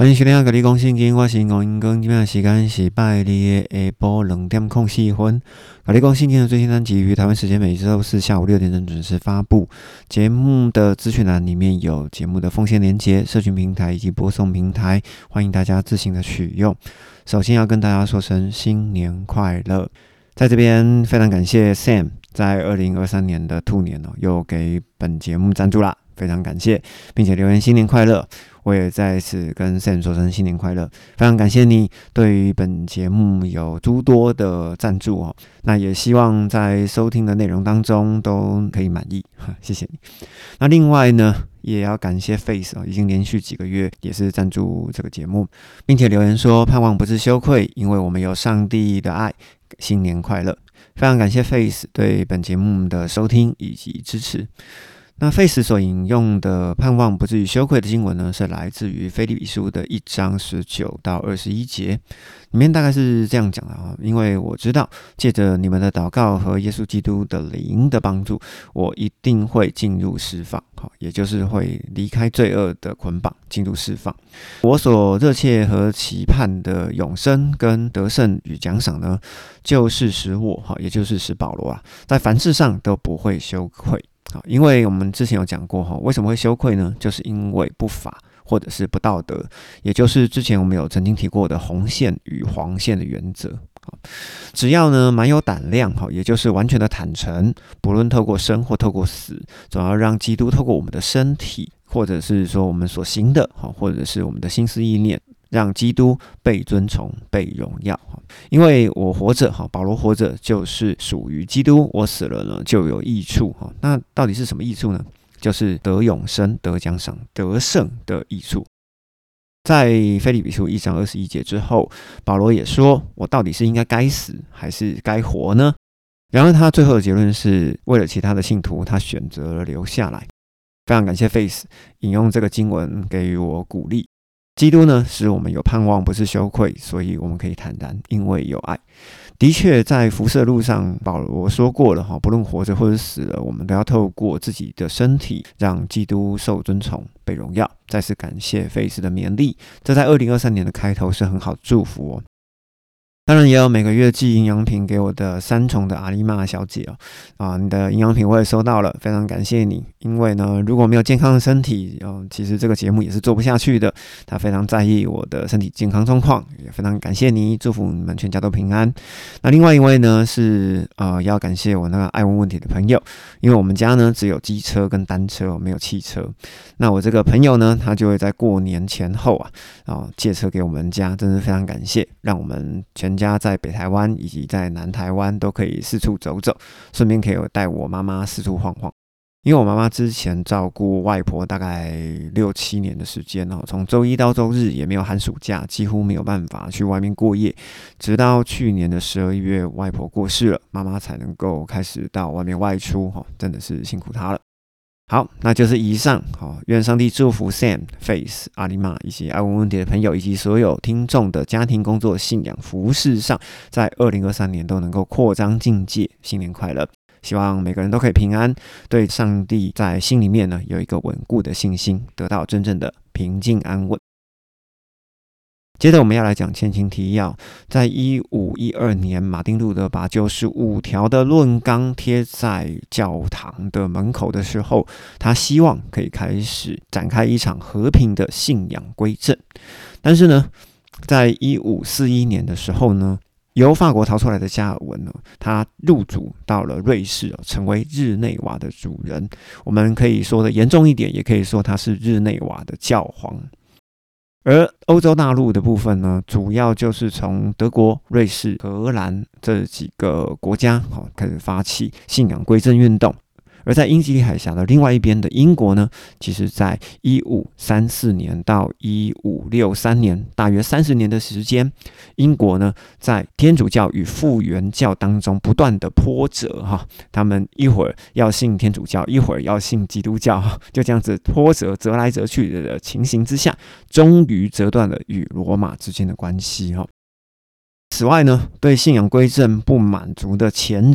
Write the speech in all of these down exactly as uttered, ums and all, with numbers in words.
欢迎收听《甲你讲圣经》，我是吴英光。今天的时间是拜二的下晡两点零四分。甲你讲圣经的最新单集于台湾时间每周四下午六点整准时发布。节目的资讯栏里面有节目的奉献连结、社群平台以及播送平台，欢迎大家自行的取用。首先要跟大家说声新年快乐，在这边非常感谢 Sam 在二零二三年的兔年、哦、又给本节目赞助啦，非常感谢，并且留言新年快乐。我也再次跟 Sam 说声新年快乐，非常感谢你对于本节目有诸多的赞助哦。那也希望在收听的内容当中都可以满意，谢谢你。那另外呢，也要感谢 Face 哦，已经连续几个月也是赞助这个节目，并且留言说盼望不是羞愧，因为我们有上帝的爱，新年快乐。非常感谢 Face 对本节目的收听以及支持。那 Face 所引用的盼望不至于羞愧的经文呢，是来自于腓立比书的一章十九到二十一节，里面大概是这样讲的啊，因为我知道借着你们的祷告和耶稣基督的灵的帮助，我一定会进入释放，也就是会离开罪恶的捆绑，进入释放。我所热切和期盼的永生跟得胜与奖赏呢，就是使我，也就是使保罗啊，在凡事上都不会羞愧。因为我们之前有讲过，为什么会羞愧呢？就是因为不法或者是不道德，也就是之前我们有曾经提过的红线与黄线的原则。只要呢蛮有胆量，也就是完全的坦诚，不论透过生或透过死，总要让基督透过我们的身体，或者是说我们所行的，或者是我们的心思意念，让基督被尊崇、被荣耀。因为我活着，保罗活着就是属于基督，我死了呢就有益处。那到底是什么益处呢？就是得永生、得奖赏、得胜的益处。在腓立比书一章二十一节之后，保罗也说，我到底是应该该死还是该活呢？然而他最后的结论是，为了其他的信徒，他选择了留下来。非常感谢 Face 引用这个经文给予我鼓励。基督呢，使我们有盼望，不是羞愧，所以我们可以坦然，因为有爱。的确，在辐射路上，保罗说过了，不论活着或者死了，我们都要透过自己的身体，让基督受尊崇、被荣耀。再次感谢费斯的勉励，这在二零二三年的开头是很好的祝福哦。当然也有每个月寄营养品给我的三重的阿丽玛小姐哦，啊，你的营养品我也收到了，非常感谢你。因为呢，如果没有健康的身体，哦，其实这个节目也是做不下去的。他非常在意我的身体健康状况，也非常感谢你，祝福你们全家都平安。那另外一位呢是呃要感谢我那个爱问问题的朋友，因为我们家呢只有机车跟单车，没有汽车。那我这个朋友呢，他就会在过年前后啊，哦借车给我们家，真是非常感谢，让我们全家在北台湾以及在南台湾都可以四处走走，顺便可以带我妈妈四处晃晃。因为我妈妈之前照顾外婆大概六七年的时间，从周一到周日也没有寒暑假，几乎没有办法去外面过夜，直到去年的十二月外婆过世了，妈妈才能够开始到外面外出，真的是辛苦她了。好，那就是以上。好，愿上帝祝福 Sam、Face、阿里玛以及爱问问题的朋友，以及所有听众的家庭、工作、信仰、服事上，在二零二三年都能够扩张境界。新年快乐！希望每个人都可以平安，对上帝在心里面呢有一个稳固的信心，得到真正的平静安稳。接着我们要来讲前情提要，在一五一二年，马丁路德把九十五条的论纲贴在教堂的门口的时候，他希望可以开始展开一场和平的信仰归正。但是呢，在一五四一年的时候呢，由法国逃出来的加尔文呢，他入主到了瑞士，成为日内瓦的主人。我们可以说的严重一点，也可以说他是日内瓦的教皇。而欧洲大陆的部分呢，主要就是从德国、瑞士、荷兰这几个国家开始发起信仰归正运动。而在英吉利海峡的另外一边的英国呢，其实在一五三四年到一五六三年，大约三十年的时间，英国呢在天主教与复原教当中不断的波折哈，他们一会儿要信天主教，一会儿要信基督教，就这样子波折折来折去的情形之下，终于折断了与罗马之间的关系哈。此外呢，对信仰归正不满足的前人呢，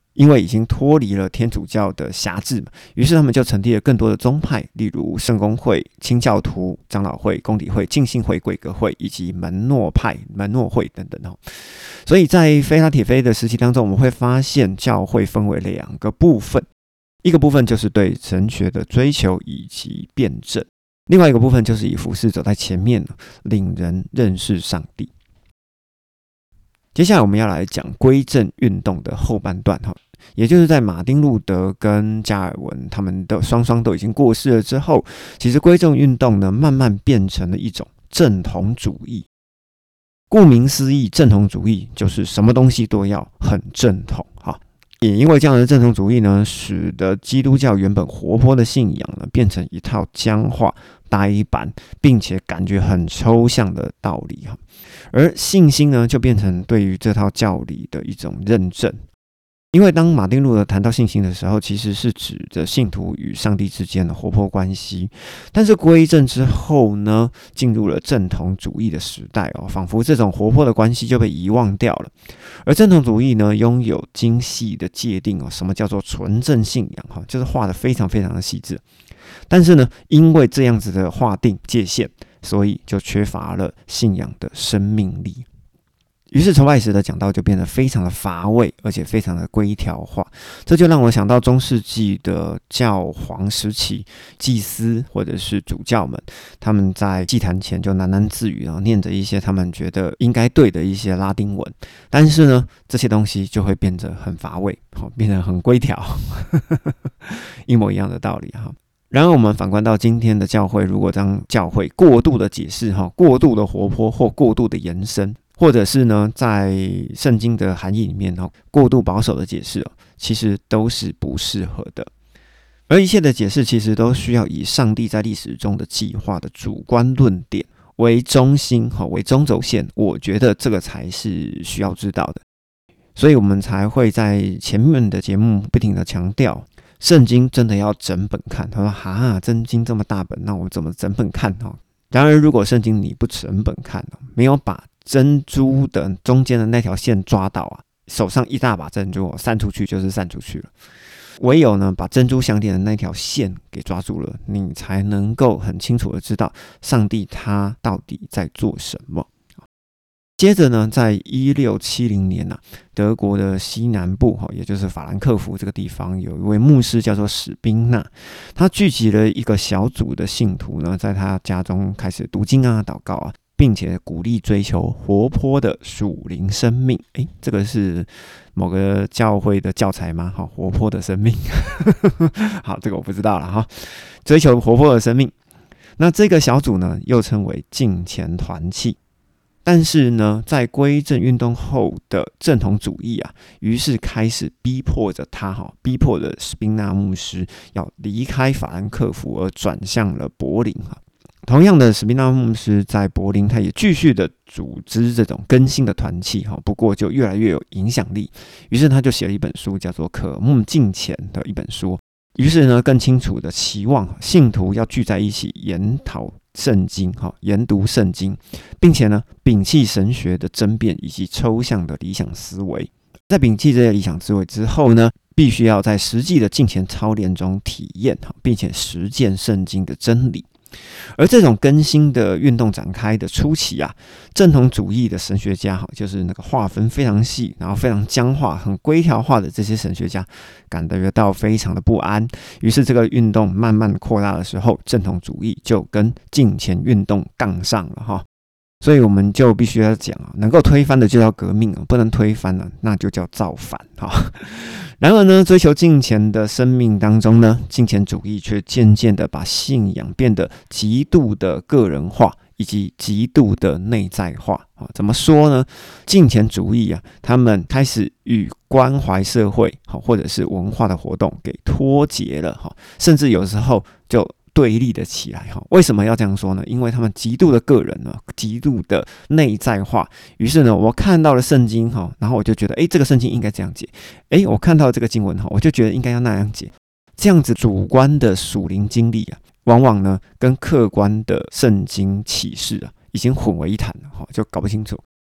因为已经脱离了天主教的辖制嘛，于是他们就成立了更多的宗派，例如圣公会、清教徒、长老会、公理会、浸信会、贵格会以及门诺派、门诺会等等。所以在菲拉铁菲的时期当中，我们会发现教会分为两个部分，一个部分就是对神学的追求以及辩证，另外一个部分就是以服事走在前面，领人认识上帝。接下来我们要来讲归正运动的后半段，也就是在马丁路德跟加尔文他们的双双都已经过世了之后，其实归正运动呢慢慢变成了一种正统主义。顾名思义，正统主义就是什么东西都要很正统哈。也因为这样的正统主义呢，使得基督教原本活泼的信仰呢，变成一套僵化、呆板，并且感觉很抽象的道理哈。而信心呢，就变成对于这套教理的一种认证。因为当马丁路德谈到信心的时候，其实是指着信徒与上帝之间的活泼关系。但是归正之后呢，进入了正统主义的时代哦，仿佛这种活泼的关系就被遗忘掉了。而正统主义呢，拥有精细的界定哦，什么叫做纯正信仰哈，就是画得非常非常的细致。但是呢，因为这样子的划定界限，所以就缺乏了信仰的生命力。于是崇拜时的讲道就变得非常的乏味，而且非常的规条化。这就让我想到中世纪的教皇时期，祭司或者是主教们，他们在祭坛前就喃喃自语，然后念着一些他们觉得应该对的一些拉丁文。但是呢，这些东西就会变得很乏味，变得很规条，一模一样的道理哈。然而我们反观到今天的教会，如果当教会过度的解释、过度的活泼或过度的延伸，或者是呢，在圣经的含义里面过度保守的解释，其实都是不适合的。而一切的解释其实都需要以上帝在历史中的计划的主观论点为中心，为中轴线，我觉得这个才是需要知道的。所以我们才会在前面的节目不停的强调，圣经真的要整本看。他说哈，真经这么大本，那我怎么整本看？然而如果圣经你不整本看，没有把珍珠的中间的那条线抓到啊，手上一大把珍珠散出去就是散出去了。唯有呢把珍珠项链的那条线给抓住了，你才能够很清楚的知道上帝他到底在做什么。接着呢，在一六七零年啊，德国的西南部，也就是法兰克福这个地方，有一位牧师叫做史宾纳，他聚集了一个小组的信徒呢，在他家中开始读经啊、祷告啊，并且鼓励追求活泼的属灵生命。诶，这个是某个教会的教材吗？好，活泼的生命。好，这个我不知道了哈。追求活泼的生命，那这个小组呢，又称为敬虔团契。但是呢，在归正运动后的正统主义啊，于是开始逼迫着他哈，逼迫着史宾纳牧师要离开法兰克福，而转向了柏林哈。同样的，史宾纳牧师在柏林，他也继续的组织这种更新的团契哈，不过就越来越有影响力。于是他就写了一本书，叫做《渴慕敬虔》的一本书。于是呢，更清楚的期望信徒要聚在一起研讨圣经，研读圣经，并且呢，摒弃神学的争辩以及抽象的理想思维。在摒弃这些理想思维之后呢，必须要在实际的敬虔操练中体验，并且实践圣经的真理。而这种更新的运动展开的初期啊，正统主义的神学家，就是那个划分非常细，然后非常僵化、很规条化的这些神学家，感觉到非常的不安。于是这个运动慢慢扩大的时候，正统主义就跟敬虔运动杠上了哈。所以我们就必须要讲啊，能够推翻的就叫革命啊，不能推翻了，那就叫造反哈。然而呢，追求敬虔的生命当中呢，敬虔主义却渐渐的把信仰变得极度的个人化，以及极度的内在化啊。怎么说呢？敬虔主义啊，他们开始与关怀社会或者是文化的活动给脱节了哈，甚至有时候就对立的起来哈。为什么要这样说呢？因为他们极度的个人呢，极度的内在化。于是呢，我看到了圣经哈，然后我就觉得，哎，这个圣经应该这样解。哎，我看到这个经文哈，我就觉得应该要那样解。这样子主观的属灵经历啊，往往呢跟客观的圣经启示啊，已经混为一谈了哈，就搞不清楚。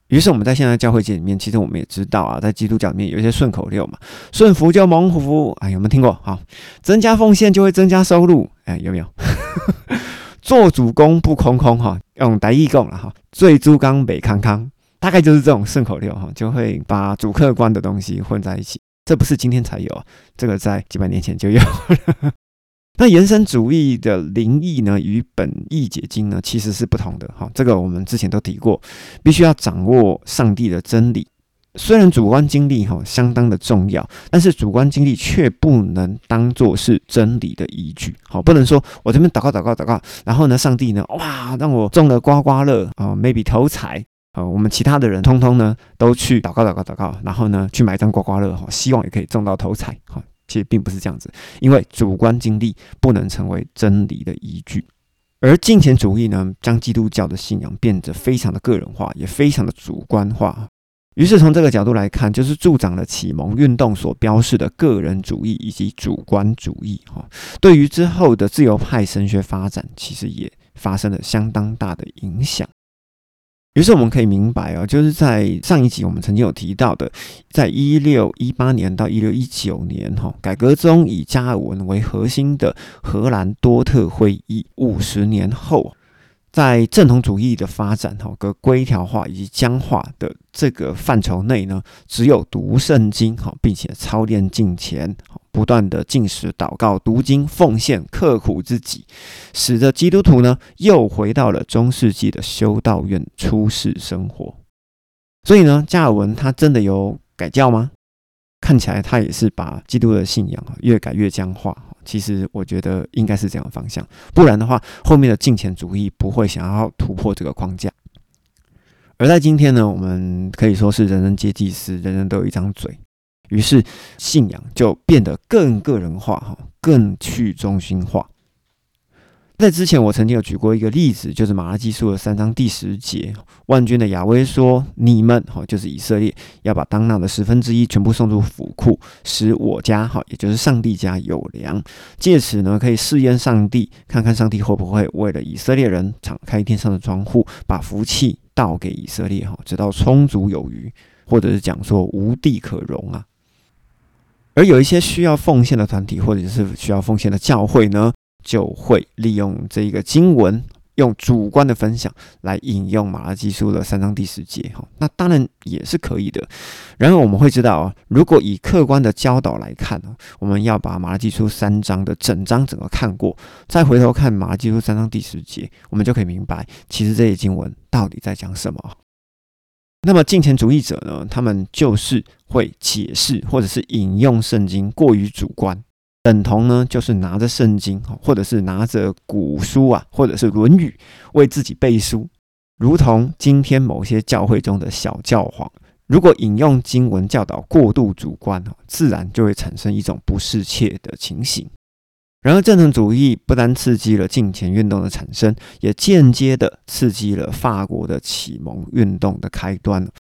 于是我们在现在教会界里面，其实我们也知道啊，在基督教里面有一些顺口溜嘛，顺服就蒙福，哎，有没有听过？好，增加奉献就会增加收入，哎，有没有？做主公不空空哈，用台语讲啦哈，最猪刚北康康，大概就是这种顺口溜哈，就会把主客观的东西混在一起。这不是今天才有啊，这个在几百年前就有了。那延伸主义的灵意呢，与本意解经呢，其实是不同的哈。这个我们之前都提过，必须要掌握上帝的真理。虽然主观经历哈相当的重要，但是主观经历却不能当作是真理的依据。好，不能说我这边祷告祷告祷告，然后呢，上帝呢，哇，让我中了刮刮乐啊 ，maybe 头彩啊，我们其他的人通通呢都去祷告祷告祷告，然后呢去买张刮刮乐哈，希望也可以中到头彩哈。其实并不是这样子，因为主观经历不能成为真理的依据。而金钱主义呢，将基督教的信仰变得非常的个人化，也非常的主观化。于是从这个角度来看，就是助长了启蒙运动所标示的个人主义以及主观主义。对于之后的自由派神学发展，其实也发生了相当大的影响。于是我们可以明白哦，就是在上一集我们曾经有提到的，在一六一八年到一六一九年哈，改革中以加尔文为核心的荷兰多特会议五十年后，在正统主义的发展哈、跟规条化以及僵化的这个范畴内呢，只有读圣经哈，并且操练敬虔，不断的禁食、祷告、读经、奉献、刻苦自己，使得基督徒呢又回到了中世纪的修道院出世生活。所以呢，加尔文他真的有改教吗？看起来他也是把基督的信仰越改越僵化。其实我觉得应该是这样的方向，不然的话，后面的敬虔主义不会想要突破这个框架。而在今天呢，我们可以说是人人皆祭司，人人都有一张嘴，于是信仰就变得更个人化，更去中心化。在之前我曾经有举过一个例子，就是马拉基书的三章第十节，万军的亚威说，你们就是以色列要把当纳的十分之一全部送入府库，使我家也就是上帝家有粮，借此呢可以试验上帝，看看上帝会不会为了以色列人敞开天上的窗户，把福气倒给以色列，直到充足有余，或者是讲说无地可容啊。而有一些需要奉献的团体，或者是需要奉献的教会呢，就会利用这个经文，用主观的分享来引用马拉基书的三章第十节，那当然也是可以的。然而我们会知道，如果以客观的教导来看，我们要把马拉基书三章的整章整个看过，再回头看马拉基书三章第十节，我们就可以明白，其实这些经文到底在讲什么。那么敬虔主义者呢，他们就是会解释或者是引用圣经过于主观，等同呢就是拿着圣经或者是拿着古书啊，或者是论语为自己背书，如同今天某些教会中的小教皇，如果引用经文教导过度主观，自然就会产生一种不适切的情形。然而正统主义不单刺激了敬虔运动的产生，也间接的刺激了法国的启蒙运动的开端。